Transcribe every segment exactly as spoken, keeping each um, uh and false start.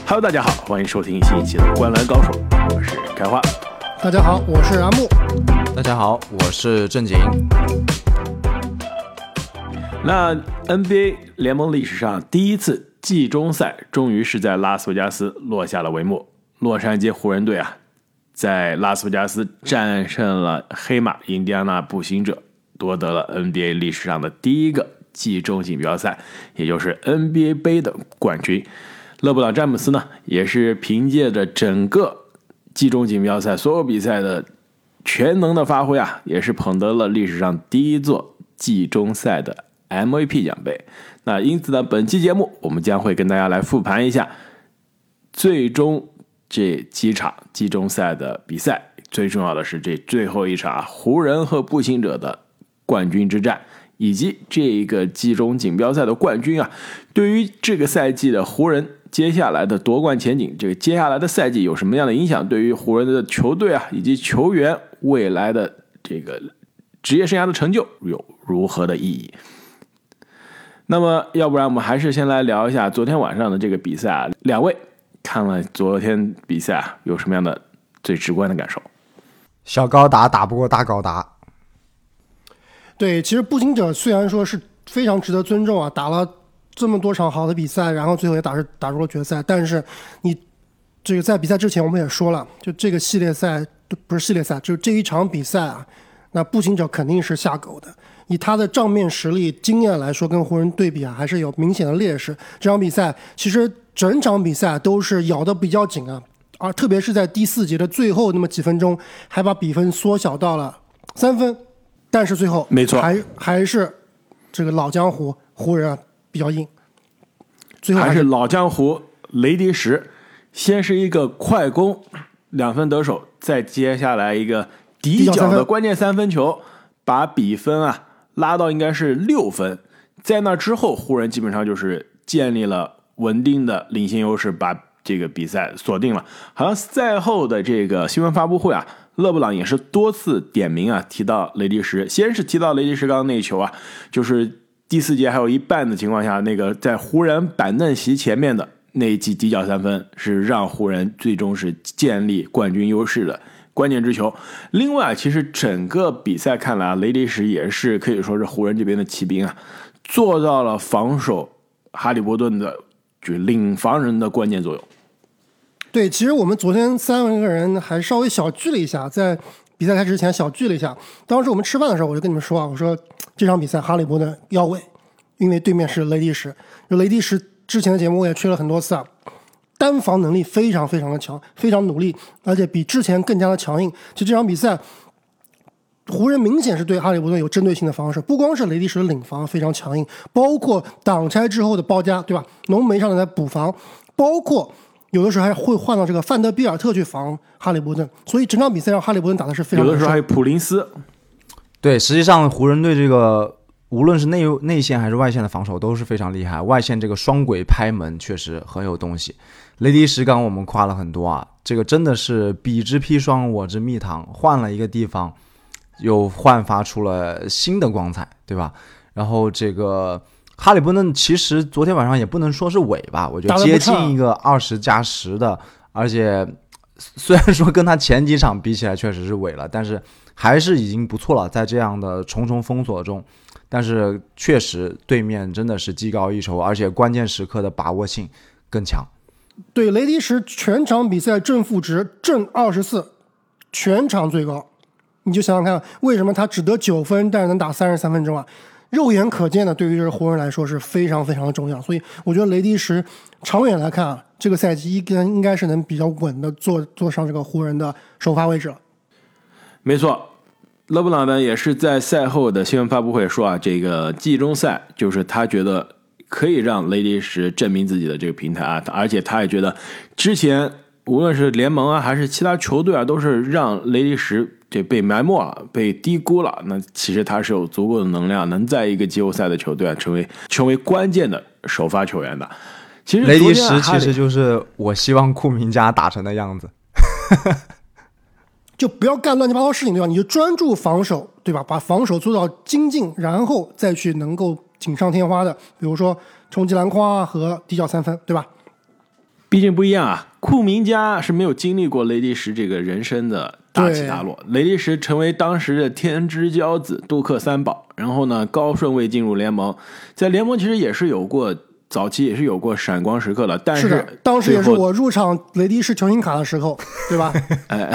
Hello， 大家好，欢迎收听新一期的《灌篮高手》，我是开花。 大家好，我是阿木。 大家好，我是正经。 那 N B A 联盟历史上第一次季中赛终于是在拉斯维加斯落下了帷幕。洛杉矶湖人队啊，在拉斯维加斯战胜了黑马印第安纳步行者，夺得了 N B A 历史上的第一个季中锦标赛，也就是 N B A 杯的冠军。勒布朗詹姆斯呢，也是凭借着整个季中锦标赛所有比赛的全能的发挥啊，也是捧得了历史上第一座季中赛的 M V P 奖杯。那因此呢，本期节目我们将会跟大家来复盘一下最终这几场季中赛的比赛，最重要的是这最后一场湖人和步行者的冠军之战，以及这个季中锦标赛的冠军啊，对于这个赛季的湖人接下来的夺冠前景，这个接下来的赛季有什么样的影响？对于湖人的球队啊，以及球员未来的这个职业生涯的成就有如何的意义？那么，要不然我们还是先来聊一下昨天晚上的这个比赛啊。两位看了昨天比赛啊，有什么样的最直观的感受？ 小高达打不过大高达。 对，其实步行者虽然说是非常值得尊重啊，打了这么多场好的比赛，然后最后也打是打入了决赛，但是你这个在比赛之前我们也说了，就这个系列赛不是系列赛，就这一场比赛啊，那步行者肯定是下狗的。以他的账面实力经验来说，跟湖人对比啊，还是有明显的劣势。这场比赛其实整场比赛都是咬得比较紧啊，而特别是在第四节的最后那么几分钟，还把比分缩小到了三分。但是最后没错， 还还是这个老江湖湖人啊比较硬，最后还是老江湖雷迪什，先是一个快攻两分得手，再接下来一个底角的关键三分球，把比分啊拉到应该是六分。在那之后，湖人基本上就是建立了稳定的领先优势，把这个比赛锁定了。好像赛后的这个新闻发布会啊，勒布朗也是多次点名啊，提到雷迪什，先是提到雷迪什刚刚那球啊，就是第四节还有一半的情况下，那个在湖人板凳席前面的那一记底角三分，是让湖人最终是建立冠军优势的关键之球。另外，其实整个比赛看来啊，雷迪什也是可以说是湖人这边的骑兵啊，做到了防守哈利波顿的就领防人的关键作用。 对，其实我们昨天三个人还稍微小聚了一下，在比赛开始之前小聚了一下。当时我们吃饭的时候，我就跟你们说啊，我说这场比赛哈利波特要位，因为对面是雷迪什。雷迪什之前的节目我也吹了很多次啊，单防能力非常非常的强，非常努力，而且比之前更加的强硬。其实这场比赛，湖人明显是对哈利波特有针对性的防守，不光是雷迪什的领防非常强硬，包括挡拆之后的包夹，对吧？浓眉上的补防，包括有的时候还会换到这个范德比尔特去防哈利波特，所以整场比赛让哈利波特打的是非常有的时候还有普林斯。 对，实际上湖人队这个无论是内内线还是外线的防守都是非常厉害，外线这个双轨拍门确实很有东西。雷迪什刚刚我们夸了很多啊，这个真的是彼之砒霜我之蜜糖，换了一个地方又焕发出了新的光彩，对吧？然后这个哈利波特其实昨天晚上也不能说是伪吧，我觉得接近一个二十加十的，而且虽然说跟他前几场比起来确实是伪了，但是还是已经不错了，在这样的重重封锁中，但是确实对面真的是技高一筹，而且关键时刻的把握性更强。 对，雷迪什全场比赛正负值正二十四，全场最高。你就想想看，为什么他只得九分，但是能打三十三分钟啊？肉眼可见的，对于这个湖人来说是非常非常的重要。所以我觉得雷迪什长远来看啊，这个赛季应该应该是能比较稳的坐坐上这个湖人的首发位置了。 没错，勒布朗呢也是在赛后的新闻发布会说啊，这个季中赛就是他觉得可以让雷迪什证明自己的这个平台啊，而且他也觉得之前无论是联盟啊还是其他球队啊，都是让雷迪什这被埋没了，被低估了。那其实他是有足够的能量，能在一个季后赛的球队啊，成为成为关键的首发球员的。其实雷迪什其实就是我希望库明加打成的样子。 就不要干乱七八糟事情，对吧？你就专注防守，对吧？把防守做到精进，然后再去能够锦上添花的，比如说冲击篮筐啊和底角三分，对吧？ 毕竟不一样啊。库明加是没有经历过雷迪什这个人生的大起大落，雷迪什成为当时的天之骄子，杜克三宝，然后呢高顺位进入联盟，在联盟其实也是有过早期也是有过闪光时刻的，但是是的，当时也是我入场雷迪什球星卡的时候，对吧？ 哎，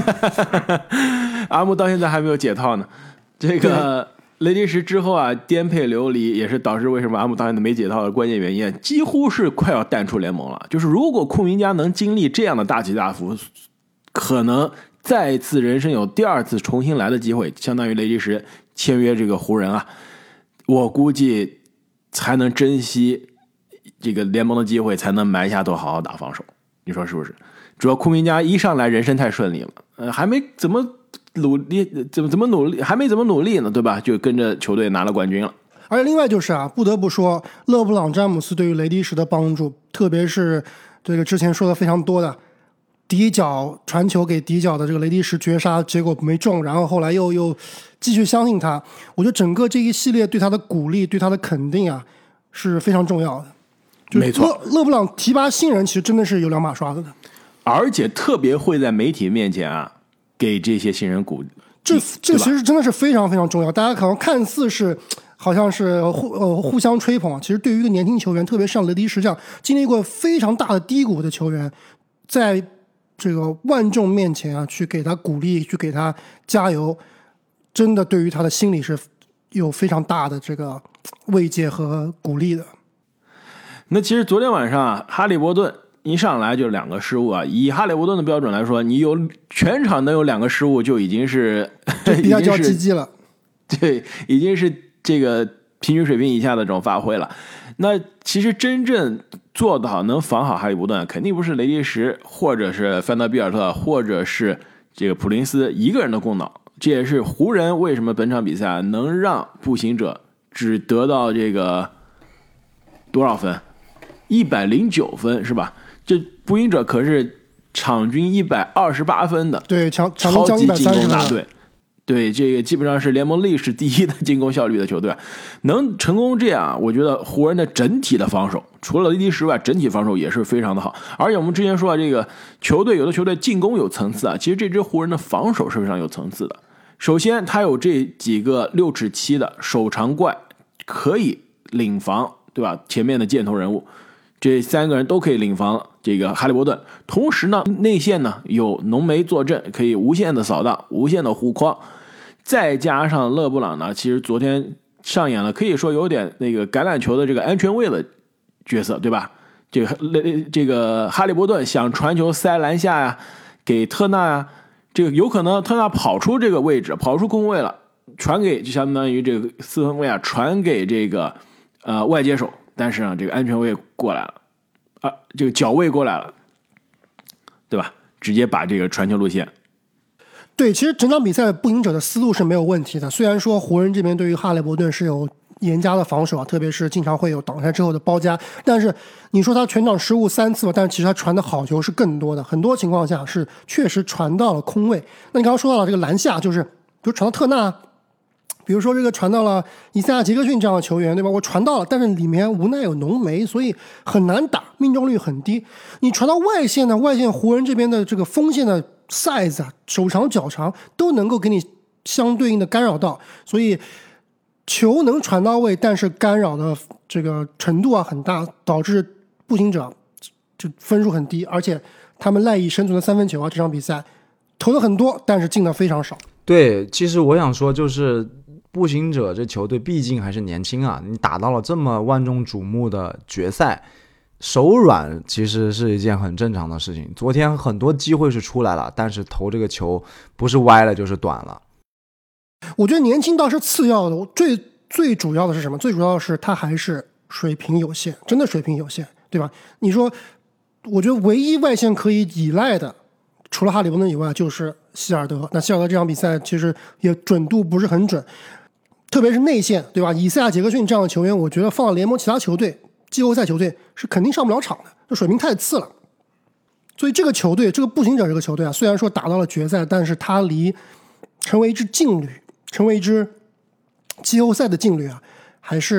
阿木到现在还没有解套呢。这个雷迪什之后啊，颠沛流离，也是导致为什么阿木到现在没解套的关键原因，几乎是快要淡出联盟了。就是如果库明加能经历这样的大起大伏，可能再一次人生有第二次重新来的机会，相当于雷迪什签约这个湖人啊，我估计才能珍惜这个联盟的机会，才能埋下头好好打防守。你说是不是？主要库明加一上来人生太顺利了，呃，还没怎么努力，怎么怎么努力，还没怎么努力呢，对吧？就跟着球队拿了冠军了。 而且另外就是啊，不得不说，勒布朗詹姆斯对于雷迪什的帮助，特别是这个之前说的非常多的底角传球给底角的这个雷迪什绝杀，结果没中，然后后来又又继续相信他。我觉得整个这一系列对他的鼓励，对他的肯定啊，是非常重要的。 没错， 勒勒布朗提拔新人其实真的是有两把刷子的， 而且特别会在媒体面前啊给这些新人鼓励。 这这其实真的是非常非常重要。大家可能看似是好像是互呃互相吹捧，其实对于一个年轻球员，特别是像雷迪什这样经历过非常大的低谷的球员，在这个万众面前啊，去给他鼓励，去给他加油，真的对于他的心理是有非常大的这个慰藉和鼓励的。 那其实昨天晚上啊，哈利伯顿一上来就两个失误啊，以哈利伯顿的标准来说，你有全场能有两个失误就已经是比较叫鸡鸡了， 对，已经是这个平均水平以下的这种发挥了。那其实真正做到能防好哈利伯顿，肯定不是雷迪什或者是范德比尔特或者是这个普林斯一个人的功劳，这也是湖人为什么本场比赛能让步行者只得到这个多少分一百零九分是吧？这步行者可是场均一百二十八分的， 对，场场超级进攻大队， 队，对，这个基本上是联盟历史第一的进攻效率的球队，能成功这样，我觉得湖人的整体的防守，除了雷迪什外，整体防守也是非常的好。而且我们之前说啊，这个球队有的球队进攻有层次啊，其实这支湖人的防守是非常有层次的。首先，他有这几个六尺七的手长怪可以领防，对吧？前面的箭头人物。这三个人都可以领防这个哈利伯顿，同时呢，内线呢有浓眉坐镇，可以无限的扫荡，无限的护框，再加上勒布朗呢，其实昨天上演了可以说有点那个橄榄球的这个安全卫的角色，对吧？这个这个哈利伯顿想传球塞篮下呀，给特纳呀，这个有可能特纳跑出这个位置，跑出空位了，传给就相当于这个四分卫啊，传给这个呃外接手。但是呢，这个安全卫过来了，啊，这个脚卫过来了，对吧？直接把这个传球路线。 对，其实整场比赛步行者的思路是没有问题的。虽然说湖人这边对于哈利伯顿是有严加的防守啊，特别是经常会有挡拆之后的包夹，但是你说他全场失误三次吧，但是其实他传的好球是更多的，很多情况下是确实传到了空位。那你刚刚说到了这个篮下，就是比如传到特纳。比如说这个传到了以赛亚·杰克逊这样的球员，对吧？我传到了，但是里面无奈有浓眉，所以很难打，命中率很低。你传到外线呢，外线湖人这边的这个锋线的 size 啊，手长脚长都能够给你相对应的干扰到，所以球能传到位，但是干扰的这个程度啊很大，导致步行者就分数很低，而且他们赖以生存的三分球啊，这场比赛投的很多，但是进的非常少。 对，其实我想说就是步行者这球队毕竟还是年轻啊，你打到了这么万众瞩目的决赛，手软其实是一件很正常的事情。昨天很多机会是出来了，但是投这个球不是歪了就是短了。 我觉得年轻倒是次要的，最最主要的是什么？最主要的是他还是水平有限，真的水平有限，对吧？你说，我觉得唯一外线可以依赖的，除了哈利伯顿以外，就是希尔德。那希尔德这场比赛其实也准度不是很准，特别是内线，对吧？以赛亚·杰克逊这样的球员，我觉得放到联盟其他球队、季后赛球队是肯定上不了场的，这水平太次了。所以这个球队，这个步行者这个球队啊，虽然说打到了决赛，但是他离成为一支劲旅，成为一支季后赛的劲旅啊，还是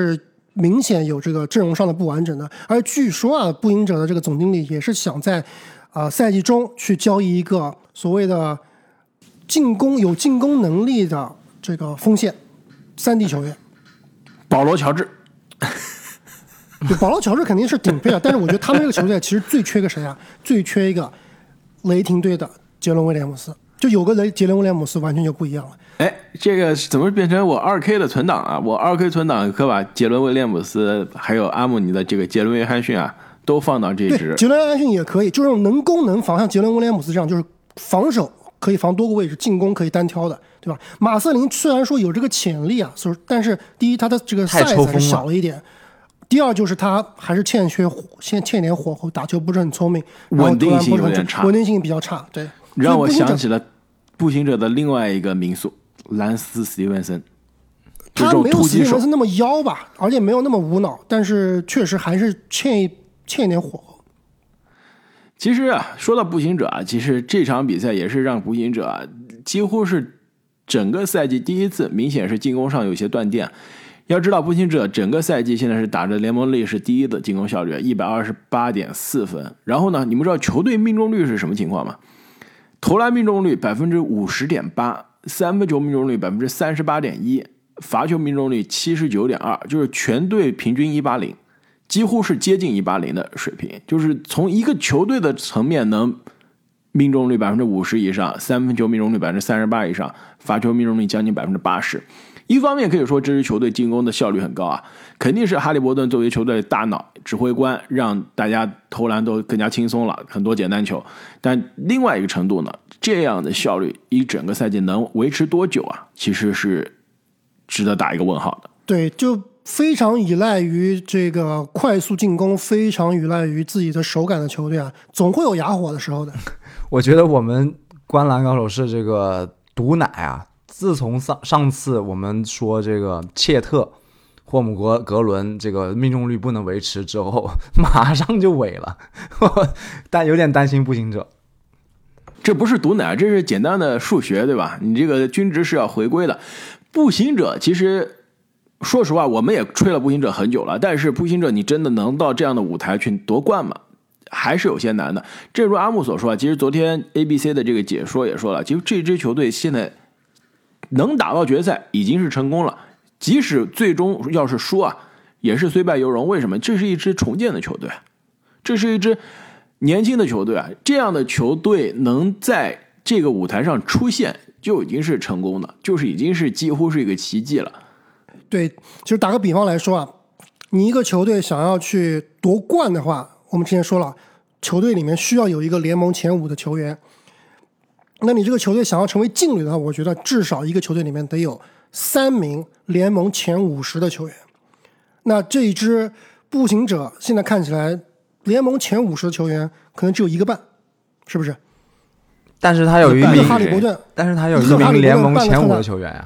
明显有这个阵容上的不完整的。而据说啊，步行者的这个总经理也是想在啊、呃、赛季中去交易一个所谓的进攻有进攻能力的这个锋线三 D 球员， 保罗乔治。 对，保罗乔治肯定是顶配的，但是我觉得他们这个球队其实最缺个谁啊？最缺一个雷霆队的杰伦威廉姆斯，就有个雷杰伦威廉姆斯完全就不一样了。 哎，这个怎么变成我 二 K 的存档啊？我 二 K 存档可把杰伦威廉姆斯还有阿姆尼的这个杰伦约翰逊啊都放到这支。 对，杰伦约翰逊也可以，就是能攻能防，像杰伦威廉姆斯这样，就是防守可以防多个位置，进攻可以单挑的，对吧？马瑟林虽然说有这个潜力啊，但是第一他的这个 size 还是小了一点。第二就是他还是欠缺欠欠点火候，打球不是很聪明， 稳定性有点差， 稳定性比较差。对， 让我想起了步行者的另外一个名宿兰斯·史蒂文森。 他没有史蒂文森那么妖吧，而且没有那么无脑，但是确实还是欠一欠一点火候。 其实啊，说到步行者啊，其实这场比赛也是让步行者啊几乎是整个赛季第一次明显是进攻上有些断电。要知道步行者整个赛季现在是打着联盟历史第一的进攻效率 一百二十八点四 分，然后呢，你们知道球队命中率是什么情况吗？投篮命中率 百分之五十点八， 三分球命中率 百分之三十八点一， 罚球命中率 七十九点二， 就是全队平均一百八十，几乎是接近一百八十的水平，就是从一个球队的层面能命中率 百分之五十 以上，三分球命中率 百分之三十八 以上，罚球命中率将近 百分之八十。一方面可以说这支球队进攻的效率很高啊，肯定是哈利伯顿作为球队的大脑指挥官，让大家投篮都更加轻松了，很多简单球。但另外一个程度呢，这样的效率一整个赛季能维持多久啊，其实是值得打一个问号的。 对，就非常依赖于这个快速进攻，非常依赖于自己的手感的球队啊，总会有哑火的时候的。 我觉得我们观篮高手是这个毒奶啊，自从上上次我们说这个切特霍姆格格伦这个命中率不能维持之后，马上就萎了，但有点担心步行者。 这不是毒奶，这是简单的数学，对吧？你这个均值是要回归的。步行者其实说实话，我们也吹了步行者很久了，但是步行者你真的能到这样的舞台去夺冠吗？还是有些难的。正如阿木所说，其实昨天 A B C 的这个解说也说了，其实这支球队现在能打到决赛已经是成功了，即使最终要是输啊，也是虽败犹荣。为什么？这是一支重建的球队，这是一支年轻的球队啊，这样的球队能在这个舞台上出现就已经是成功的，就是已经是几乎是一个奇迹了。 对，其实打个比方来说啊，你一个球队想要去夺冠的话，我们之前说了，球队里面需要有一个联盟前五的球员。那你这个球队想要成为劲旅的话，我觉得至少一个球队里面得有三名联盟前五十的球员。那这一支步行者现在看起来，联盟前五十的球员可能只有一个半，是不是？ 但是他有一名哈利伯顿， 但是他有一名联盟前五的球员啊。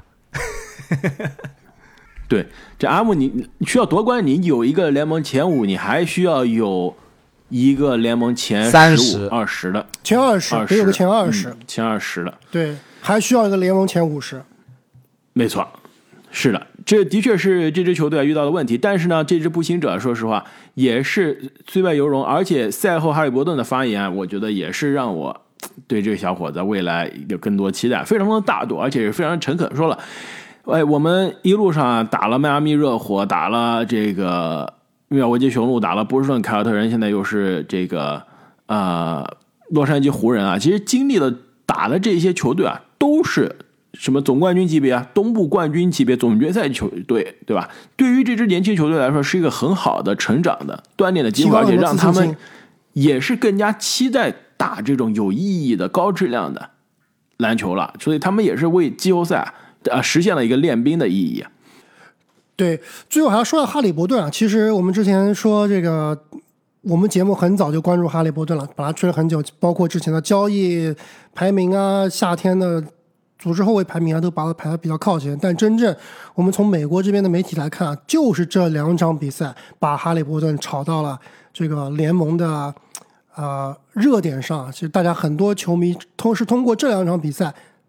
对，这阿木你需要夺冠，你有一个联盟前五，你还需要有一个联盟前十五、二十的， 前二十，得有个前二十、 嗯，前二十的， 对，还需要一个联盟前五十。 没错，是的，这的确是这支球队遇到的问题。但是呢，这支步行者说实话也是虽败犹荣，而且赛后哈利伯顿的发言，我觉得也是让我对这个小伙子未来有更多期待，非常的大度，而且也非常诚恳，说了。哎，我们一路上打了迈阿密热火，打了这个密尔沃基雄鹿，打了波士顿凯尔特人，现在又是这个呃洛杉矶湖人啊。其实经历了打的这些球队啊，都是什么总冠军级别啊、东部冠军级别、总决赛球队，对吧？对于这支年轻球队来说，是一个很好的成长的锻炼的机会，而且让他们也是更加期待打这种有意义的、高质量的篮球了。所以他们也是为季后赛啊，实现了一个练兵的意义。 对，最后还要说到哈利伯顿啊。其实我们之前说这个，我们节目很早就关注哈利伯顿了，把他吹了很久，包括之前的交易排名啊，夏天的组织后卫排名啊，都把他排得比较靠前。但真正我们从美国这边的媒体来看啊，就是这两场比赛把哈利伯顿炒到了这个联盟的呃热点上。其实大家很多球迷都是通过这两场比赛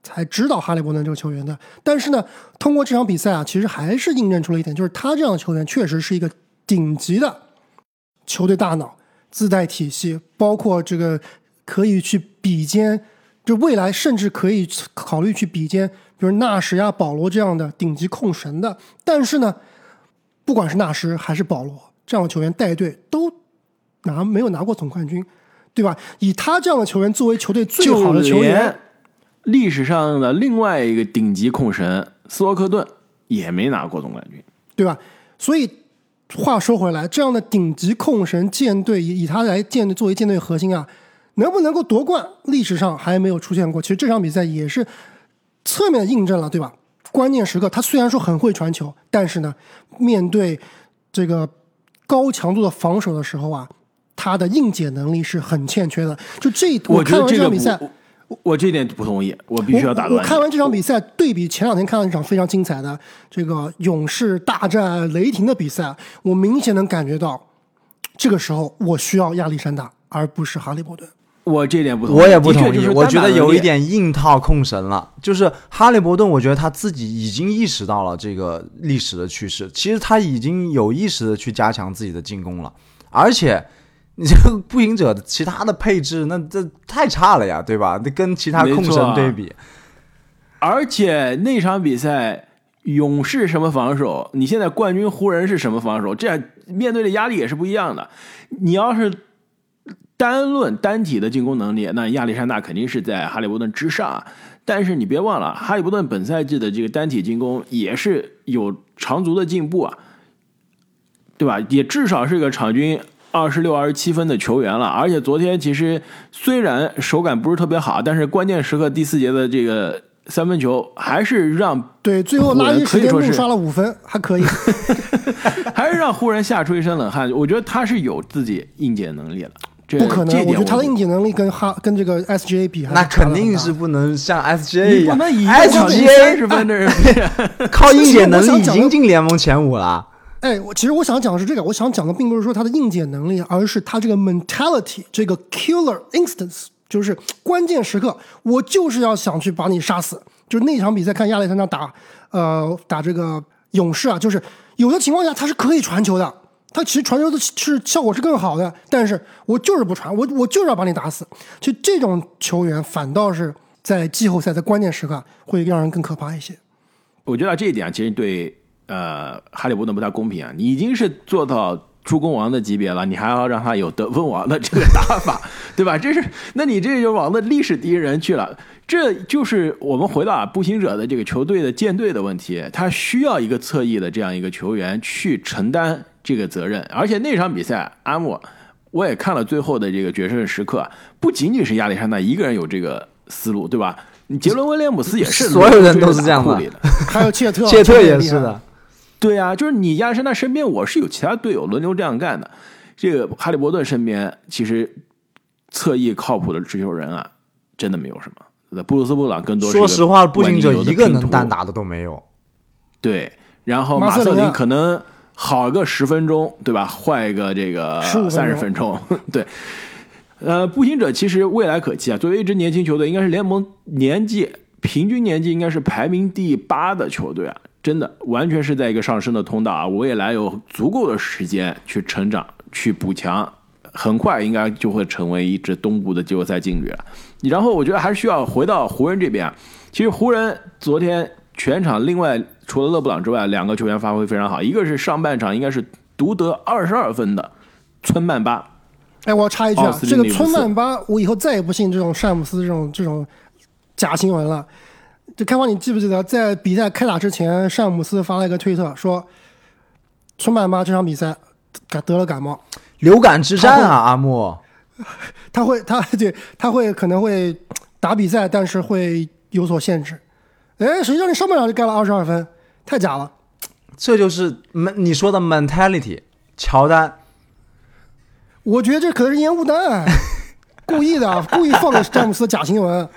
才知道哈利伯顿这个球员的。但是呢，通过这场比赛啊，其实还是印证出了一点，就是他这样的球员确实是一个顶级的球队大脑，自带体系，包括这个可以去比肩，就未来甚至可以考虑去比肩，比如纳什呀、保罗这样的顶级控神的。但是呢，不管是纳什还是保罗这样的球员带队都拿没有拿过总冠军，对吧？以他这样的球员作为球队最好的球员， 历史上的另外一个顶级控神斯沃克顿也没拿过总冠军， 对吧？所以话说回来，这样的顶级控神舰队，以以他来舰队作为舰队核心啊，能不能够夺冠，历史上还没有出现过。其实这场比赛也是侧面印证了，对吧？关键时刻他虽然说很会传球，但是呢，面对这个高强度的防守的时候啊，他的应解能力是很欠缺的。就这， 我看完这场比赛。 我, 我这点不同意，我必须要打断你。 我, 我看完这场比赛，对比前两天看到一场非常精彩的这个勇士大战雷霆的比赛，我明显能感觉到，这个时候我需要亚历山大，而不是哈利伯顿。 我这点不同意， 我也不同意。我觉得有一点硬套控神了，就是哈利伯顿，我觉得他自己已经意识到了这个历史的趋势，其实他已经有意识的去加强自己的进攻了，而且。你这个步行者的其他的配置，那这太差了呀，对吧？那跟其他控神对比， 而且那场比赛勇士什么防守，你现在冠军湖人是什么防守，这样面对的压力也是不一样的。你要是单论单体的进攻能力，那亚历山大肯定是在哈利伯顿之上。但是你别忘了，哈利伯顿本赛季的这个单体进攻也是有长足的进步啊，对吧？也至少是个场均二十六、二十七分的球员了，而且昨天其实虽然手感不是特别好，但是关键时刻第四节的这个三分球还是让对最后垃圾时间怒刷了五分，还可以， 还是让湖人吓出一身冷汗。我觉得他是有自己应解能力的， 不可能，我觉得他的应解能力跟哈跟这个 S G A 比， 那肯定是不能像 S G A 一样， 不能以 S G A 三十分的人靠应解能力已经进联盟前五了。 哎，我其实我想讲的是这个，我想讲的并不是说他的应解能力，而是他这个 mentality， 这个 killer instance， 就是关键时刻我就是要想去把你杀死。就是那场比赛看亚历山大打呃打这个勇士啊，就是有的情况下他是可以传球的，他其实传球的是效果是更好的，但是我就是不传，我我就是要把你打死。其实这种球员反倒是在季后赛在关键时刻会让人更可怕一些。 我觉得这一点其实对呃，哈利伯顿不太公平啊！你已经是做到助攻王的级别了，你还要让他有得分王的这个打法，对吧？这是，那你这就往那历史第一人去了。这就是我们回到啊步行者的这个球队的舰队的问题，他需要一个侧翼的这样一个球员去承担这个责任。而且那场比赛，阿莫我也看了最后的这个决胜时刻，不仅仅是亚历山大一个人有这个思路，对吧？你杰伦威廉姆斯也是， 所有人都是这样的， 还有切特， 切特也是的。 对啊，就是你亚历山大身边，我是有其他队友轮流这样干的。这个哈利伯顿身边，其实侧翼靠谱的持球人啊，真的没有什么。布鲁斯布朗更多是说实话，步行者一个能单打的都没有。 对，然后马瑟林可能好个十分钟，对吧？坏个这个三十分钟，对。呃，步行者其实未来可期啊，作为一支年轻球队，应该是联盟年纪平均年纪应该是排名第八的球队啊。真的完全是在一个上升的通道啊！未来有足够的时间去成长、去补强，很快应该就会成为一支东部的季后赛劲旅了。然后我觉得还是需要回到湖人这边啊。其实湖人昨天全场另外除了勒布朗之外，两个球员发挥非常好，一个是上半场应该是独得二十二分的村曼巴。 哎，我要插一句啊，这个村曼巴，我以后再也不信这种詹姆斯这种这种假新闻了。这开花，你记不记得在比赛开打之前，詹姆斯发了一个推特说，村曼巴这场比赛得了感冒， 流感之战啊，阿木， 他会他对他会可能会打比赛，但是会有所限制。哎，谁让你上半场就盖了二十二分，太假了。 这就是你说的 mentality， 乔丹。 我觉得这可能是烟雾弹，故意的，故意放给詹姆斯假新闻。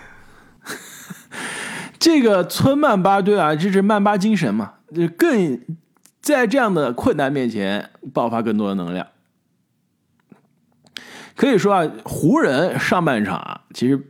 这个村曼巴队啊，这是曼巴精神嘛，就更在这样的困难面前爆发更多的能量。可以说啊，湖人上半场啊，其实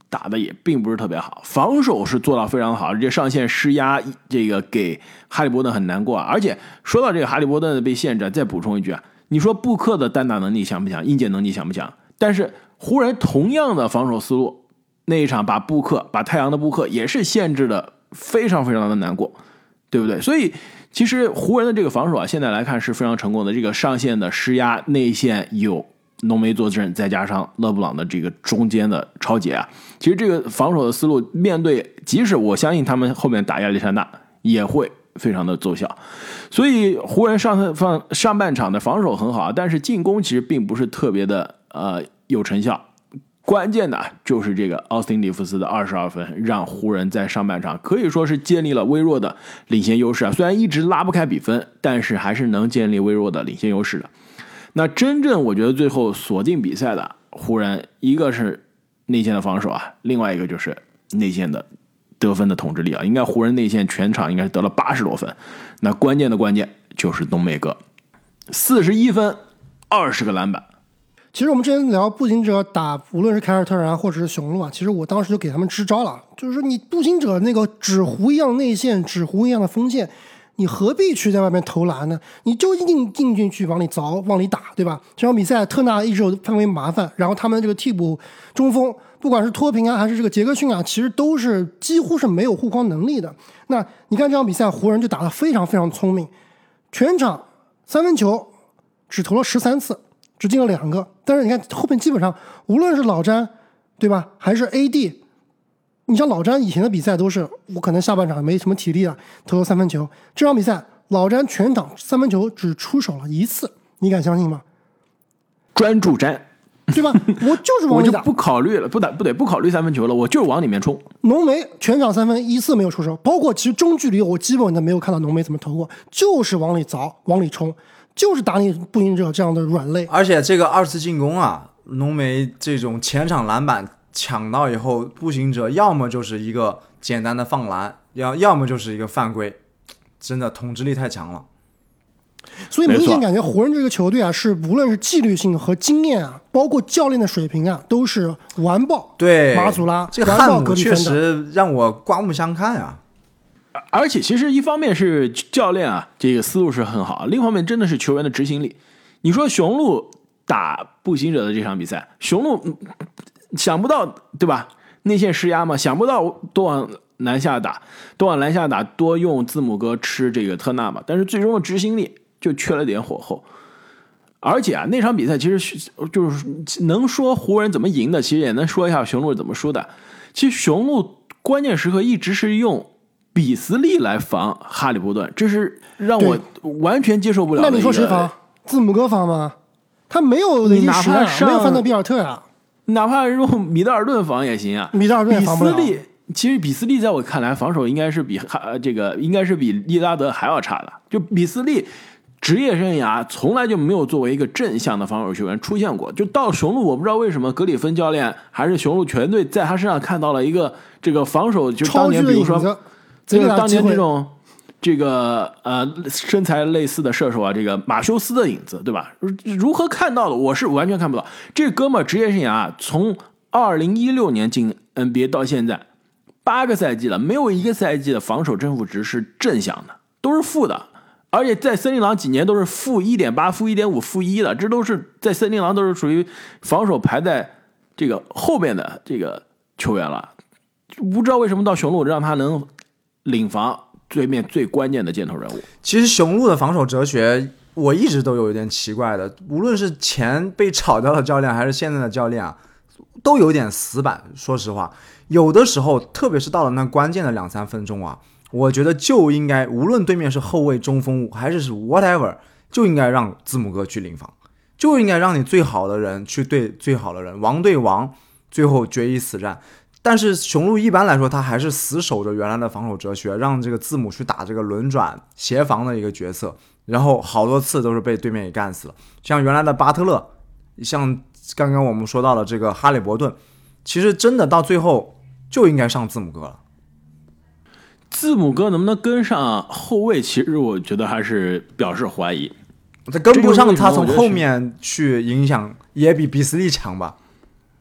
打的也并不是特别好，防守是做到非常好，这上线施压，这个给哈利波特很难过啊。而且说到这个哈利波特被限制，再补充一句啊，你说布克的单打能力强不强，硬件能力强不强？但是湖人同样的防守思路，那一场把布克把太阳的布克也是限制的非常非常的难过，对不对？所以其实湖人的这个防守啊，现在来看是非常成功的，这个上线的施压，内线有浓眉坐镇，再加上勒布朗的这个中间的超节啊，其实这个防守的思路面对，即使我相信他们后面打亚历山大也会非常的奏效。所以湖人上上上半场的防守很好，但是进攻其实并不是特别的呃有成效。关键的就是这个奥斯汀里弗斯的二十二分，让湖人在上半场可以说是建立了微弱的领先优势啊。虽然一直拉不开比分，但是还是能建立微弱的领先优势的。那真正我觉得最后锁定比赛的湖人，一个是内线的防守啊，另外一个就是内线的得分的统治力啊。应该湖人内线全场应该是得了八十多分，那关键的关键就是浓眉哥，四十一分，二十个篮板。 其实我们之前聊步行者打无论是凯尔特人啊或者是雄鹿啊，其实我当时就给他们支招了，就是说你步行者那个纸糊一样内线，纸糊一样的锋线，你何必去在外面投篮呢？你就硬进进去往里凿往里打，对吧？这场比赛特纳一直有犯规麻烦，然后他们这个替补中锋不管是托平啊还是这个杰克逊啊，其实都是几乎是没有护框能力的。那你看这场比赛湖人就打得非常非常聪明，全场三分球只投了十三次，只进了两个，但是你看后面基本上无论是老詹对吧还是 A D， 你像老詹以前的比赛都是我可能下半场没什么体力了投了三分球，这场比赛老詹全场三分球只出手了一次，你敢相信吗？ 专注詹对吧？我就是往里打， 我就不考虑了，不打不对，不考虑三分球了，我就是往里面冲。 浓眉全场三分一次没有出手，包括其实中距离我基本的没有看到浓眉怎么投过，就是往里凿往里冲，就是打你步行者这样的软肋。 而且这个二次进攻啊，浓眉这种前场篮板抢到以后，步行者要么就是一个简单的放篮，要要么就是一个犯规，真的统治力太强了。 所以明显感觉湖人这个球队啊，是无论是纪律性和经验啊，包括教练的水平啊，都是完爆。 对马祖拉这个汉姆确实让我刮目相看啊。 而且其实一方面是教练啊，这个思路是很好，另一方面真的是球员的执行力。你说雄鹿打步行者的这场比赛，雄鹿想不到对吧？内线施压嘛，想不到多往篮下打，多往篮下打，多用字母哥吃这个特纳嘛，但是最终的执行力就缺了点火候。而且啊，那场比赛其实就是能说湖人怎么赢的，其实也能说一下雄鹿怎么输的。其实雄鹿关键时刻一直是用比斯利来防哈利波顿，这是让我完全接受不了的。 那你说谁防？字母哥防吗？他没有累积实啊，没有范德比尔特啊。 哪怕用米德尔顿防也行啊。 米德尔顿也防不了。 比斯利其实比斯利在我看来防守应该是比哈这个应该是比利拉德还要差的。就比斯利职业生涯从来就没有作为一个正向的防守球员出现过。就到雄鹿，我不知道为什么格里芬教练还是雄鹿全队在他身上看到了一个这个防守，就当年比如说这个当年这种这个呃身材类似的射手啊，这个马修斯的影子，对吧？如何看到的？我是完全看不到。这哥们儿职业生涯从二零一六年进 N B A 到现在八个赛季了，没有一个赛季的防守正负值是正向的，都是负的。而且在森林狼几年都是负一点八、负一点五、负一的，这都是在森林狼都是属于防守排在这个后边的这个球员了。不知道为什么到雄鹿让他能领防对面最关键的箭头人物。 其实雄鹿的防守哲学我一直都有一点奇怪的，无论是前被炒掉的教练还是现在的教练啊，都有点死板。说实话，有的时候特别是到了那关键的两三分钟啊，我觉得就应该无论对面是后卫、中锋还是是 whatever， 就应该让字母哥去领防，就应该让你最好的人去对最好的人，王对王，最后决一死战。但是雄鹿一般来说他还是死守着原来的防守哲学，让这个字母去打这个轮转协防的一个角色，然后好多次都是被对面给干死了。像原来的巴特勒，像刚刚我们说到的这个哈利伯顿，其实真的到最后就应该上字母哥了。 字母哥能不能跟上后卫，其实我觉得还是表示怀疑。 他跟不上，他从后面去影响也比比斯利强吧。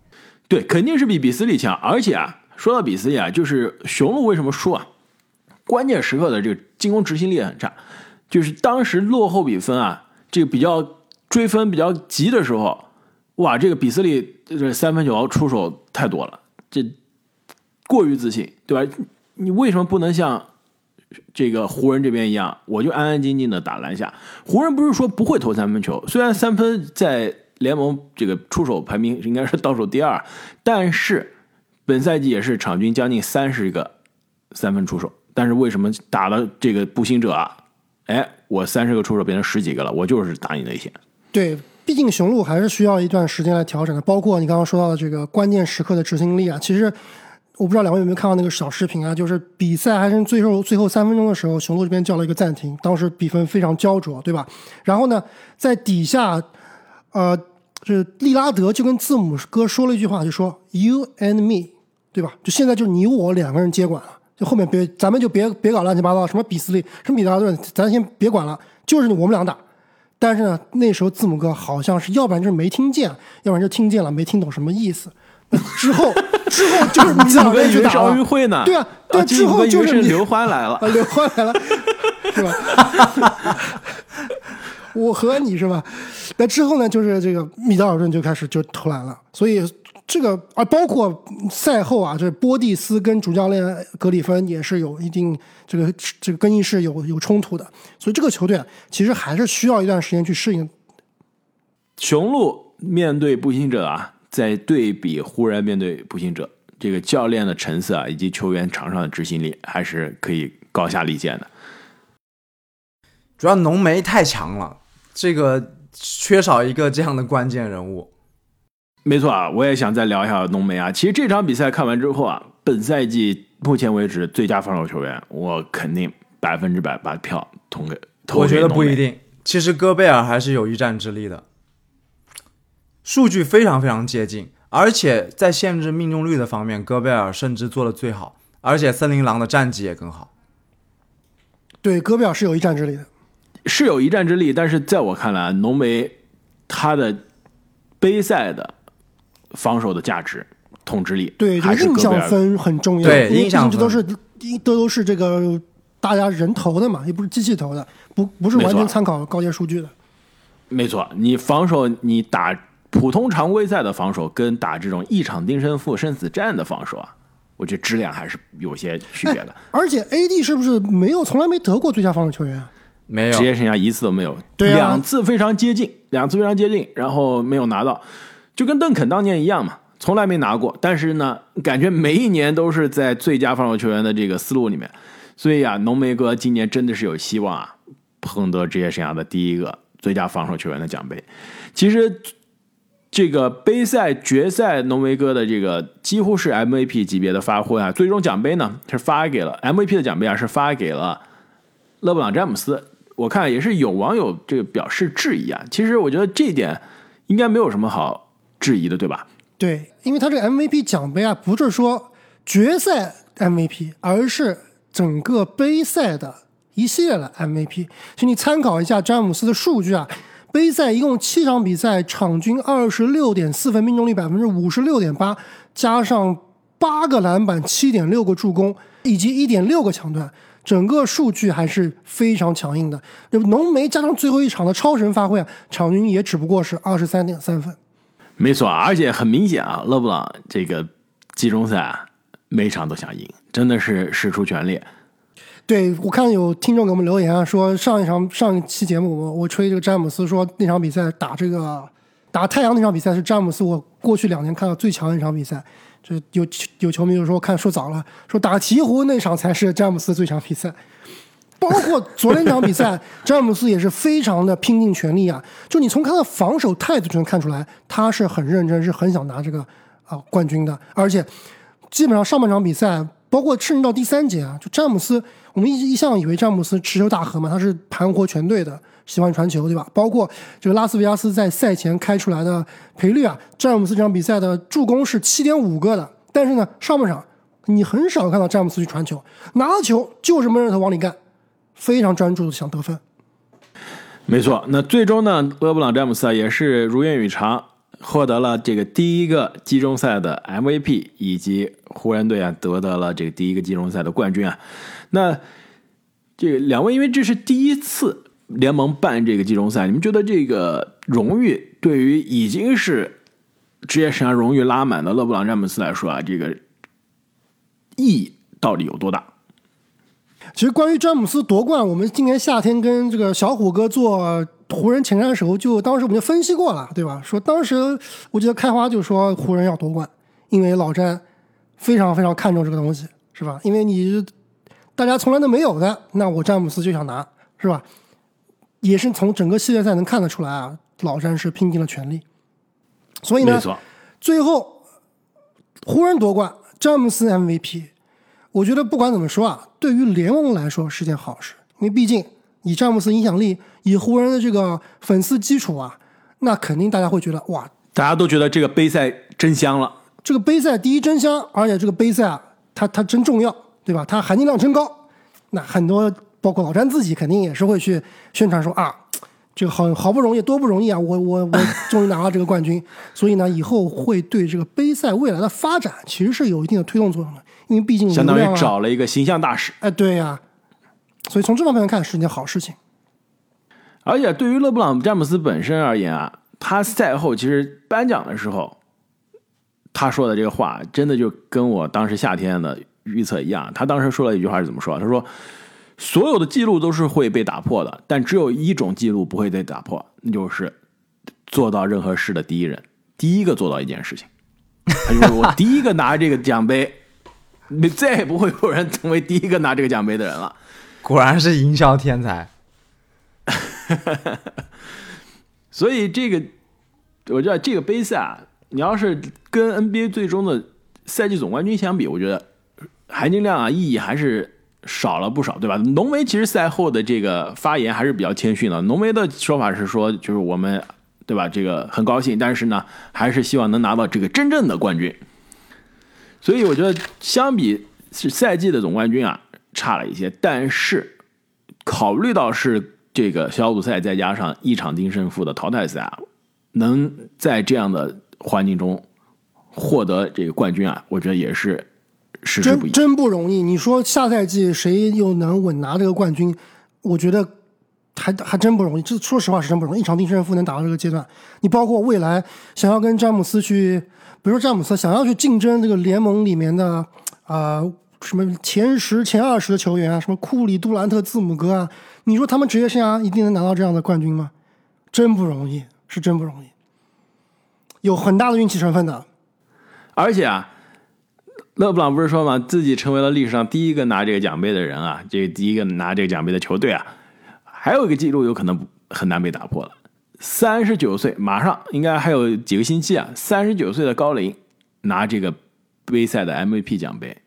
对，肯定是比比斯利强。而且啊，说到比斯利啊，就是雄鹿为什么输啊？关键时刻的这个进攻执行力也很差，就是当时落后比分啊，这个比较追分比较急的时候，哇，这个比斯利这三分球出手太多了，这过于自信，对吧？你为什么不能像这个湖人这边一样，我就安安静静的打篮下？湖人不是说不会投三分球，虽然三分在联盟这个出手排名应该是倒数第二，但是本赛季也是场均将近三十个三分出手。但是为什么打了这个步行者啊？哎，我三十个出手变成十几个了，我就是打你内线。 对，毕竟雄鹿还是需要一段时间来调整的，包括你刚刚说到的这个关键时刻的执行力啊。其实我不知道两位有没有看到那个小视频啊，就是比赛还剩最后最后三分钟的时候，雄鹿这边叫了一个暂停，当时比分非常焦灼，对吧？然后呢，在底下，呃，这利拉德就跟字母哥说了一句话，就说 "You and me"， 对吧？就现在就是你我两个人接管了。就后面别咱们就别别搞乱七八糟，什么比斯利，什么比拉顿，咱先别管了，就是我们俩打。但是呢，那时候字母哥好像是要不然就是没听见，要不然就听见了没听懂什么意思。之后之后就是你字母哥以为是奥运会呢， 对啊，对啊，之后就是刘欢来了， 啊，刘欢来了，是吧？我和你是吧？那之后呢，就是这个米德尔顿就开始就投篮了，所以。这个啊，包括赛后啊，这波蒂斯跟主教练格里芬也是有一定这个这个更衣室有有冲突的，所以这个球队啊，其实还是需要一段时间去适应。 雄鹿面对步行者啊，在对比湖人面对步行者，这个教练的成色啊，以及球员场上的执行力，还是可以高下立见的。 主要浓眉太强了，这个缺少一个这样的关键人物。 没错啊，我也想再聊一下浓眉啊。其实这场比赛看完之后啊，本赛季目前为止最佳防守球员，我肯定百分之百把票投给投给浓眉。 我觉得不一定，其实戈贝尔还是有一战之力的，数据非常非常接近，而且在限制命中率的方面，戈贝尔甚至做得最好，而且森林狼的战绩也更好。 对，戈贝尔是有一战之力的， 是有一战之力，但是在我看来，浓眉他的杯赛的防守的价值、统治力， 对，这个印象分很重要。 对，印象分这都是都都是这个大家人投的嘛，也不是机器投的，不不是完全参考高阶数据的。 没错，你防守，你打普通常规赛的防守，跟打这种一场定胜负、生死战的防守啊，我觉得质量还是有些区别的。 而且 A D 是不是没有从来没得过最佳防守球员？ 没有， 职业生涯一次都没有， 对啊， 两次非常接近，两次非常接近，然后没有拿到。就跟邓肯当年一样嘛，从来没拿过，但是呢，感觉每一年都是在最佳防守球员的这个思路里面，所以啊，浓眉哥今年真的是有希望啊，捧得职业生涯的第一个最佳防守球员的奖杯。其实这个杯赛决赛，浓眉哥的这个几乎是 M V P 级别的发挥啊，最终奖杯呢是发给了 M V P 的奖杯啊，是发给了勒布朗詹姆斯。我看也是有网友这个表示质疑啊，其实我觉得这一点应该没有什么好质疑的，对吧？ 对，因为他这个 M V P 奖杯啊，不是说决赛 M V P， 而是整个杯赛的一系列的 M V P。请你参考一下詹姆斯的数据啊，杯赛一共七场比赛，场均二十六点四分，命中率百分之五十六点八，加上八个篮板、七点六个助攻以及一点六个抢断，整个数据还是非常强硬的。浓眉加上最后一场的超神发挥啊，场均也只不过是二十三点三分。 没错，而且很明显啊，勒布朗这个季中赛啊，每场都想赢，真的是使出全力。 对，我看有听众给我们留言啊，说上一场上一期节目我我吹这个詹姆斯，说那场比赛打这个打太阳那场比赛是詹姆斯我过去两年看到最强的一场比赛。这有有球迷就说看说早了，说打鹈鹕那场才是詹姆斯最强比赛。包括昨天那场比赛，詹姆斯也是非常的拼尽全力啊！就你从他的防守态度就能看出来，他是很认真，是很想拿这个啊、呃、冠军的。而且基本上上半场比赛，包括甚至到第三节啊，就詹姆斯，我们一一向以为詹姆斯持球大核嘛，他是盘活全队的，喜欢传球，对吧？包括这个拉斯维加斯在赛前开出来的赔率啊，詹姆斯这场比赛的助攻是 七点五 个的，但是呢，上半场你很少看到詹姆斯去传球，拿到球就是闷着头往里干。非常专注的想得分。 没错，那最终呢，勒布朗詹姆斯啊也是如愿以偿， 获得了这个第一个季中赛的 M V P， 以及湖人队啊得到了这个第一个季中赛的冠军啊。那这个两位，因为这是第一次联盟办这个季中赛，你们觉得这个荣誉对于已经是职业生涯荣誉拉满的勒布朗詹姆斯来说啊，这个意义到底有多大？ 其实关于詹姆斯夺冠，我们今年夏天跟这个小虎哥做湖人前瞻的时候，就当时我们就分析过了，对吧？说当时我记得开花就说湖人要夺冠，因为老詹非常非常看重这个东西，是吧？因为你大家从来都没有的，那我詹姆斯就想拿，是吧？也是从整个系列赛能看得出来啊，老詹是拼尽了全力。所以呢，最后湖人夺冠，詹姆斯 M V P。我觉得不管怎么说啊，对于联盟来说是件好事，因为毕竟以詹姆斯影响力，以湖人的这个粉丝基础啊，那肯定大家会觉得哇， 大家都觉得这个杯赛真香了。 这个杯赛第一真香，而且这个杯赛啊，它它真重要，对吧？它含金量真高。那很多包括老詹自己肯定也是会去宣传说啊，这个好好不容易多不容易啊，我我我终于拿到这个冠军，所以呢，以后会对这个杯赛未来的发展其实是有一定的推动作用的。因为毕竟、啊、 相当于找了一个形象大使， 哎，对呀、啊，所以从这方面看是一件好事情。 而且对于勒布朗詹姆斯本身而言啊，他赛后其实颁奖的时候，他说的这个话，真的就跟我当时夏天的预测一样。他当时说了一句话是怎么说？他说：“所有的记录都是会被打破的，但只有一种记录不会被打破，那就是做到任何事的第一人，第一个做到一件事情。”他就说：“我第一个拿这个奖杯。”你再也不会有人成为第一个拿这个奖杯的人了。 果然是营销天才。 所以这个，我觉得这个杯赛啊，你要是跟 N B A 最终的赛季总冠军相比，我觉得含金量啊、意义还是少了不少，对吧？浓眉其实赛后的这个发言还是比较谦逊的。浓眉的说法是说，就是我们对吧，这个很高兴，但是呢，还是希望能拿到这个真正的冠军。所以我觉得相比是赛季的总冠军啊差了一些，但是考虑到是这个小组赛再加上一场定胜负的淘汰赛啊，能在这样的环境中获得这个冠军啊，我觉得也是实至不易， 真真不容易。你说下赛季谁又能稳拿这个冠军？我觉得还还真不容易。这说实话是真不容易，一场定胜负能打到这个阶段，你包括未来想要跟詹姆斯去。比如说詹姆斯想要去竞争这个联盟里面的啊、呃、什么前十前二十的球员啊，什么库里、杜兰特、字母哥啊，你说他们职业生涯一定能拿到这样的冠军吗？真不容易，是真不容易，有很大的运气成分的。 而且啊，勒布朗不是说嘛，自己成为了历史上第一个拿这个奖杯的人啊，这个第一个拿这个奖杯的球队啊，还有一个记录有可能很难被打破了。三十九岁，马上应该还有几个星期啊！三十九岁的高龄拿这个杯赛的 M V P 奖杯，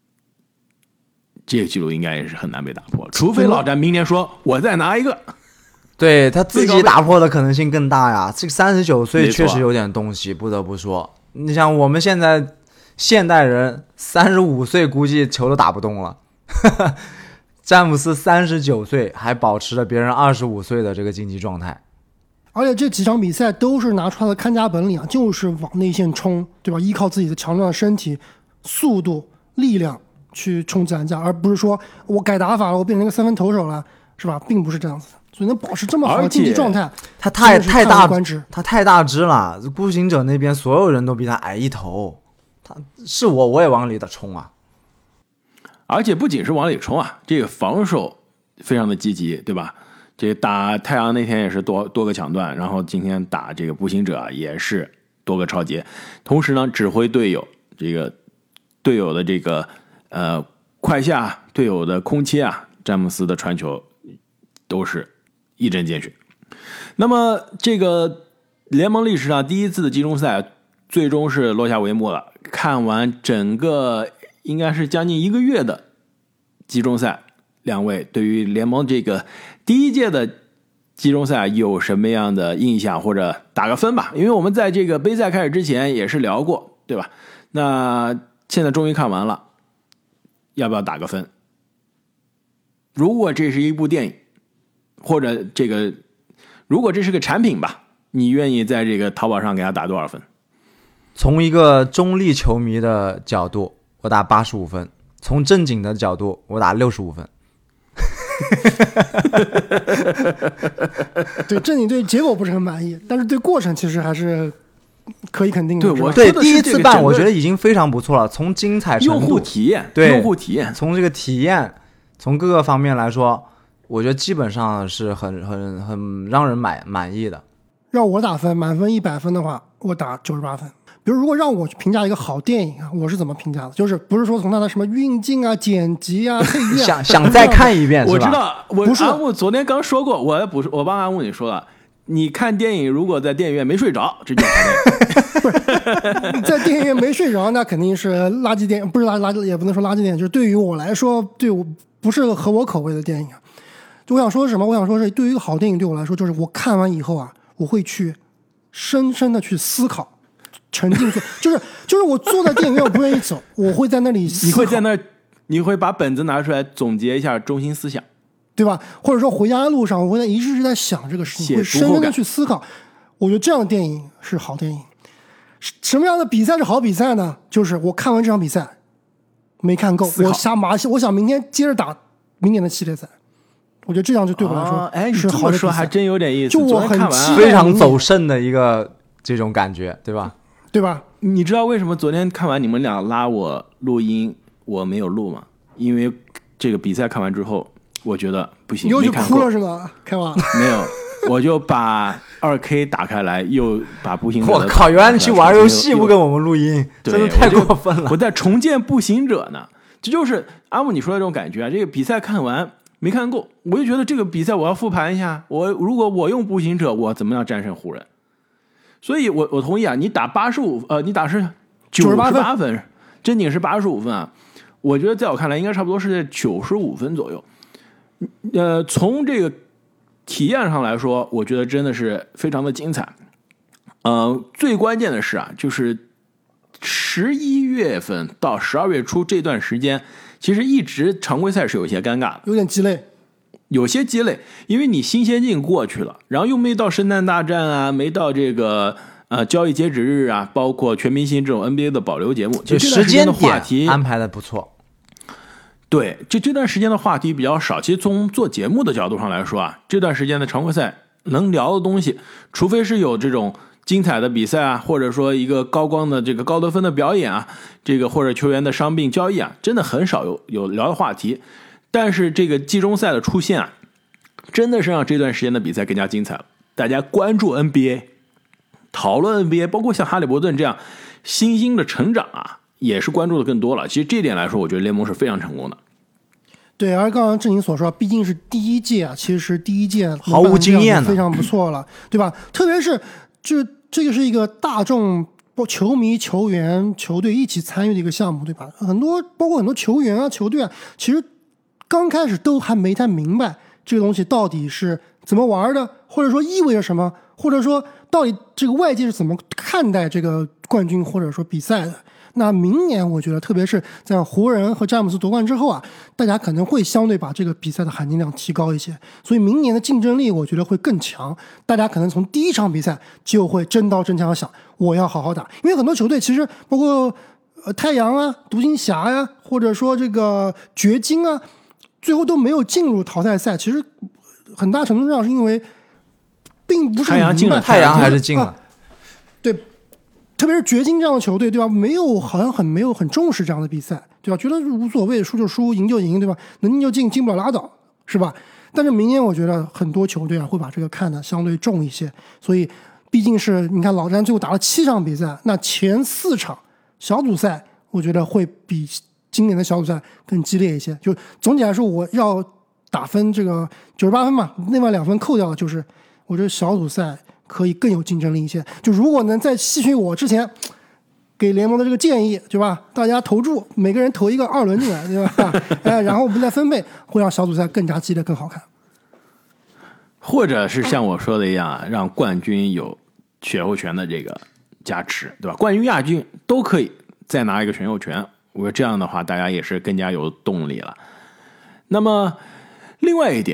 这个记录应该也是很难被打破了，除非老詹明年说我再拿一个。 对，他自己打破的可能性更大呀。这个三十九岁确实有点东西，不得不说。你像我们现在现代人，三十五岁估计球都打不动了。詹姆斯三十九岁还保持着别人二十五岁的这个竞技状态。 而且这几场比赛都是拿出他的看家本领啊，就是往内线冲，对吧？依靠自己的强壮的身体、速度、力量去冲击篮下，而不是说我改打法了，我变成一个三分投手了，是吧？并不是这样子的。所以能保持这么好的竞技状态， 他太太大他太大只了。步行者那边所有人都比他矮一头，他是我我也往里的冲啊。 而且不仅是往里冲啊，这个防守非常的积极，对吧？这个打太阳那天也是多多个抢断，然后今天打这个步行者也是多个超截，同时呢指挥队友，这个队友的这个呃快下，队友的空切啊，詹姆斯的传球都是一针见血。那么这个联盟历史上第一次的季中赛最终是落下帷幕了。看完整个应该是将近一个月的季中赛，两位对于联盟这个第一届的季中赛有什么样的印象，或者打个分吧？因为我们在这个杯赛开始之前也是聊过，对吧？那现在终于看完了，要不要打个分？如果这是一部电影，或者这个如果这是个产品吧， 你愿意在这个淘宝上给他打多少分？ 从一个中立球迷的角度，我打八十五分；从正经的角度，我打六十五分。 对，正经对结果不是很满意，但是对过程其实还是可以肯定的。 对，我对第一次办，我觉得已经非常不错了。从精彩程度、 用户体验， 对用户体验， 从这个体验，从各个方面来说，我觉得基本上是很很很让人满满意的。 让我打分，满分一百分的话，我打九十八分。比如如果让我去评价一个好电影啊，我是怎么评价的？就是不是说从它的什么运镜啊、剪辑啊、配乐、啊， 想想再看一遍， 我知道，我不是阿木昨天刚说过，我不是我帮阿木你说了，你看电影如果在电影院没睡着，这就好电影。在电影院没睡着，那肯定是垃圾电影，不是垃垃圾，也不能说垃圾电影，就是对于我来说，对我不是合我口味的电影啊。就我想说什么？我想说是，对于一个好电影，对我来说，就是我看完以后啊，我会去深深的去思考。沉浸去，就是就是我坐在电影院，我不愿意走，我会在那里思考。 你会在那，你会把本子拿出来总结一下中心思想， 对吧？或者说回家的路上，我会在一直在想这个事情，会深深的去思考。我觉得这样的电影是好电影。什么样的比赛是好比赛呢？就是我看完这场比赛没看够，我想马上，我想明天接着打明年的系列赛。我觉得这样就对我来说， 哎， 是好的比赛。 你这么说还真有点意思。 就我很期待非常走肾的一个这种感觉，对吧？ 对吧？ 你知道为什么昨天看完你们俩拉我录音，我没有录吗？因为这个比赛看完之后，我觉得不行， 你又去哭了是吗？开娃没有，我就把二 K 打开来，又把步行者。 我靠！原来你去玩游戏不跟我们录音，真的太过分了。 我在重建步行者呢，这就是阿木你说的这种感觉啊。这个比赛看完没看够，我就觉得这个比赛我要复盘一下。我如果我用步行者，我怎么样战胜湖人？所以我我同意啊，你打八十五，呃，你打是九十八分，真景是八十五分啊。我觉得在我看来，应该差不多是在九十五分左右。呃，从这个体验上来说，我觉得真的是非常的精彩。呃，最关键的是啊，就是十一月份到十二月初这段时间，其实一直常规赛是有些尴尬的， 有点鸡肋。 有些积累，因为你新鲜劲过去了，然后又没到圣诞大战啊，没到这个呃交易截止日啊，包括全明星这种 N B A 的保留节目， 就时间的话题安排的不错。 对，就这段时间的话题比较少。其实从做节目的角度上来说啊，这段时间的常规赛能聊的东西，除非是有这种精彩的比赛啊，或者说一个高光的这个高得分的表演啊，这个或者球员的伤病交易啊，真的很少有有聊的话题。但是这个季中赛的出现啊，真的是让这段时间的比赛更加精彩了。大家关注 N B A， 讨论 N B A， 包括像哈利伯顿这样新兴的成长啊，也是关注的更多了。其实这点来说，我觉得联盟是非常成功的。 对，而刚刚志宁所说，毕竟是第一届啊，其实第一届毫无经验， 非常不错了，对吧？特别是就这个是一个大众球迷、球员、球队一起参与的一个项目，对吧？很多包括很多球员啊、球队啊，其实刚开始都还没太明白这个东西到底是怎么玩的，或者说意味着什么，或者说到底这个外界是怎么看待这个冠军或者说比赛的。那明年我觉得特别是在湖人和詹姆斯夺冠之后啊，大家可能会相对把这个比赛的含金量提高一些，所以明年的竞争力我觉得会更强，大家可能从第一场比赛就会真刀真枪想我要好好打。因为很多球队其实包括呃太阳啊、独行侠呀、啊，或者说这个掘金啊，最后都没有进入淘汰赛，其实很大程度上是因为并不是太阳进了， 太阳还是进了、啊、 对，特别是掘金这样的球队，对吧？没有好像很没有很重视这样的比赛，对吧？觉得无所谓，输就输，赢就赢，对吧？能进就进，进不了拉倒，是吧？但是明年我觉得很多球队啊会把这个看得相对重一些，所以毕竟是你看老詹最后打了七场比赛，那前四场小组赛我觉得会比今年的小组赛更激烈一些。就总体来说，我要打分这个九十八分嘛，另外两分扣掉，就是我觉得小组赛可以更有竞争力一些。就如果能在吸取我之前给联盟的这个建议，对吧？大家投注，每个人投一个二轮进来，对吧？哎，然后我们再分配，会让小组赛更加激烈、更好看。 或者是像我说的一样，让冠军有选秀权的这个加持，对吧？冠军、亚军都可以再拿一个选秀权。我觉得这样的话，大家也是更加有动力了。那么，另外一点啊，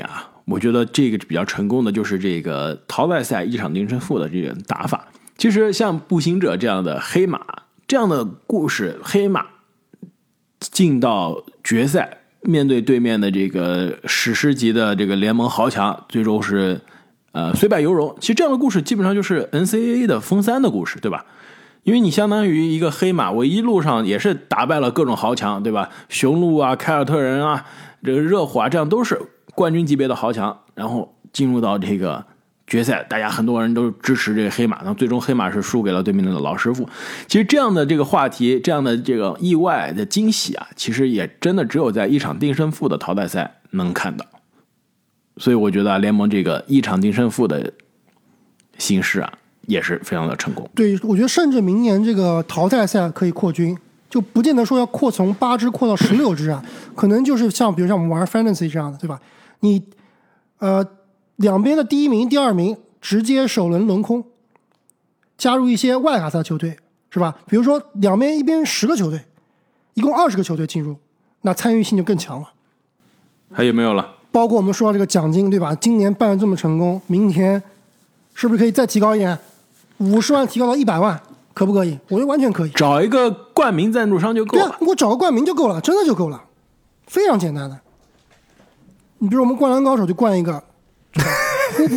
我觉得这个比较成功的就是这个淘汰赛一场定胜负的这个打法。其实像步行者这样的黑马这样的故事，黑马进到决赛，面对对面的这个史诗级的这个联盟豪强，最终是呃虽败犹荣。其实这样的故事基本上就是 N C A A 的封三的故事，对吧？因为你相当于一个黑马，我一路上也是打败了各种豪强，对吧？雄鹿啊、凯尔特人啊、这个热火啊，这样都是冠军级别的豪强，然后进入到这个决赛，大家很多人都支持这个黑马，那最终黑马是输给了对面的老师傅。其实这样的这个话题，这样的这个意外的惊喜啊，其实也真的只有在一场定胜负的淘汰赛能看到。所以我觉得、啊、联盟这个一场定胜负的形式啊，也是非常的成功。 对，我觉得甚至明年这个淘汰赛可以扩军，就不见得说要扩从八支扩到十六支啊，可能就是像比如像我们玩 Fantasy 这样的，对吧？你呃两边的第一名、第二名直接首轮轮空，加入一些外卡赛球队，是吧？比如说两边一边十个球队，一共二十个球队进入，那参与性就更强了。 还有没有了？ 包括我们说到这个奖金，对吧？今年办得这么成功，明年是不是可以再提高一点？五十万提高到一百万，可不可以？我觉得完全可以。 找一个冠名赞助商就够了。 对啊，我找个冠名就够了，真的就够了，非常简单的。你比如我们灌篮高手就灌一个 Hoop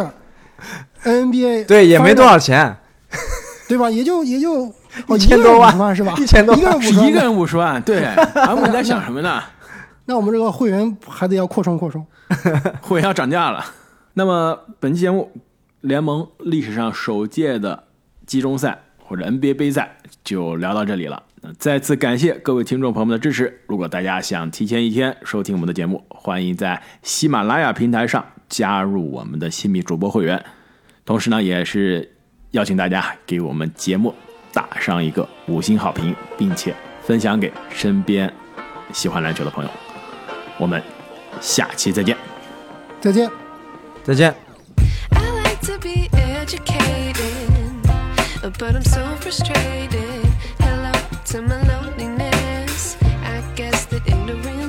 Watcher，N B A 对，也没多少钱， 对吧？也就也就一千多万， 万是吧？ 一千多万， 一个人五十万， 一个人五十万，对，俺们在想什么呢？ 那我们这个会员还得要扩充扩充， 会员要涨价了。那么本期节目，联盟历史上首届的季中赛或者 N B A 杯赛就聊到这里了。再次感谢各位听众朋友们的支持。如果大家想提前一天收听我们的节目，欢迎在喜马拉雅平台上加入我们的新米主播会员。同时呢，也是邀请大家给我们节目打上一个五星好评，并且分享给身边喜欢篮球的朋友。我们下期再见。 再见， 再见。 I like to be educated, but I'm so frustrated. Hello to my loneliness. I guess that ignorance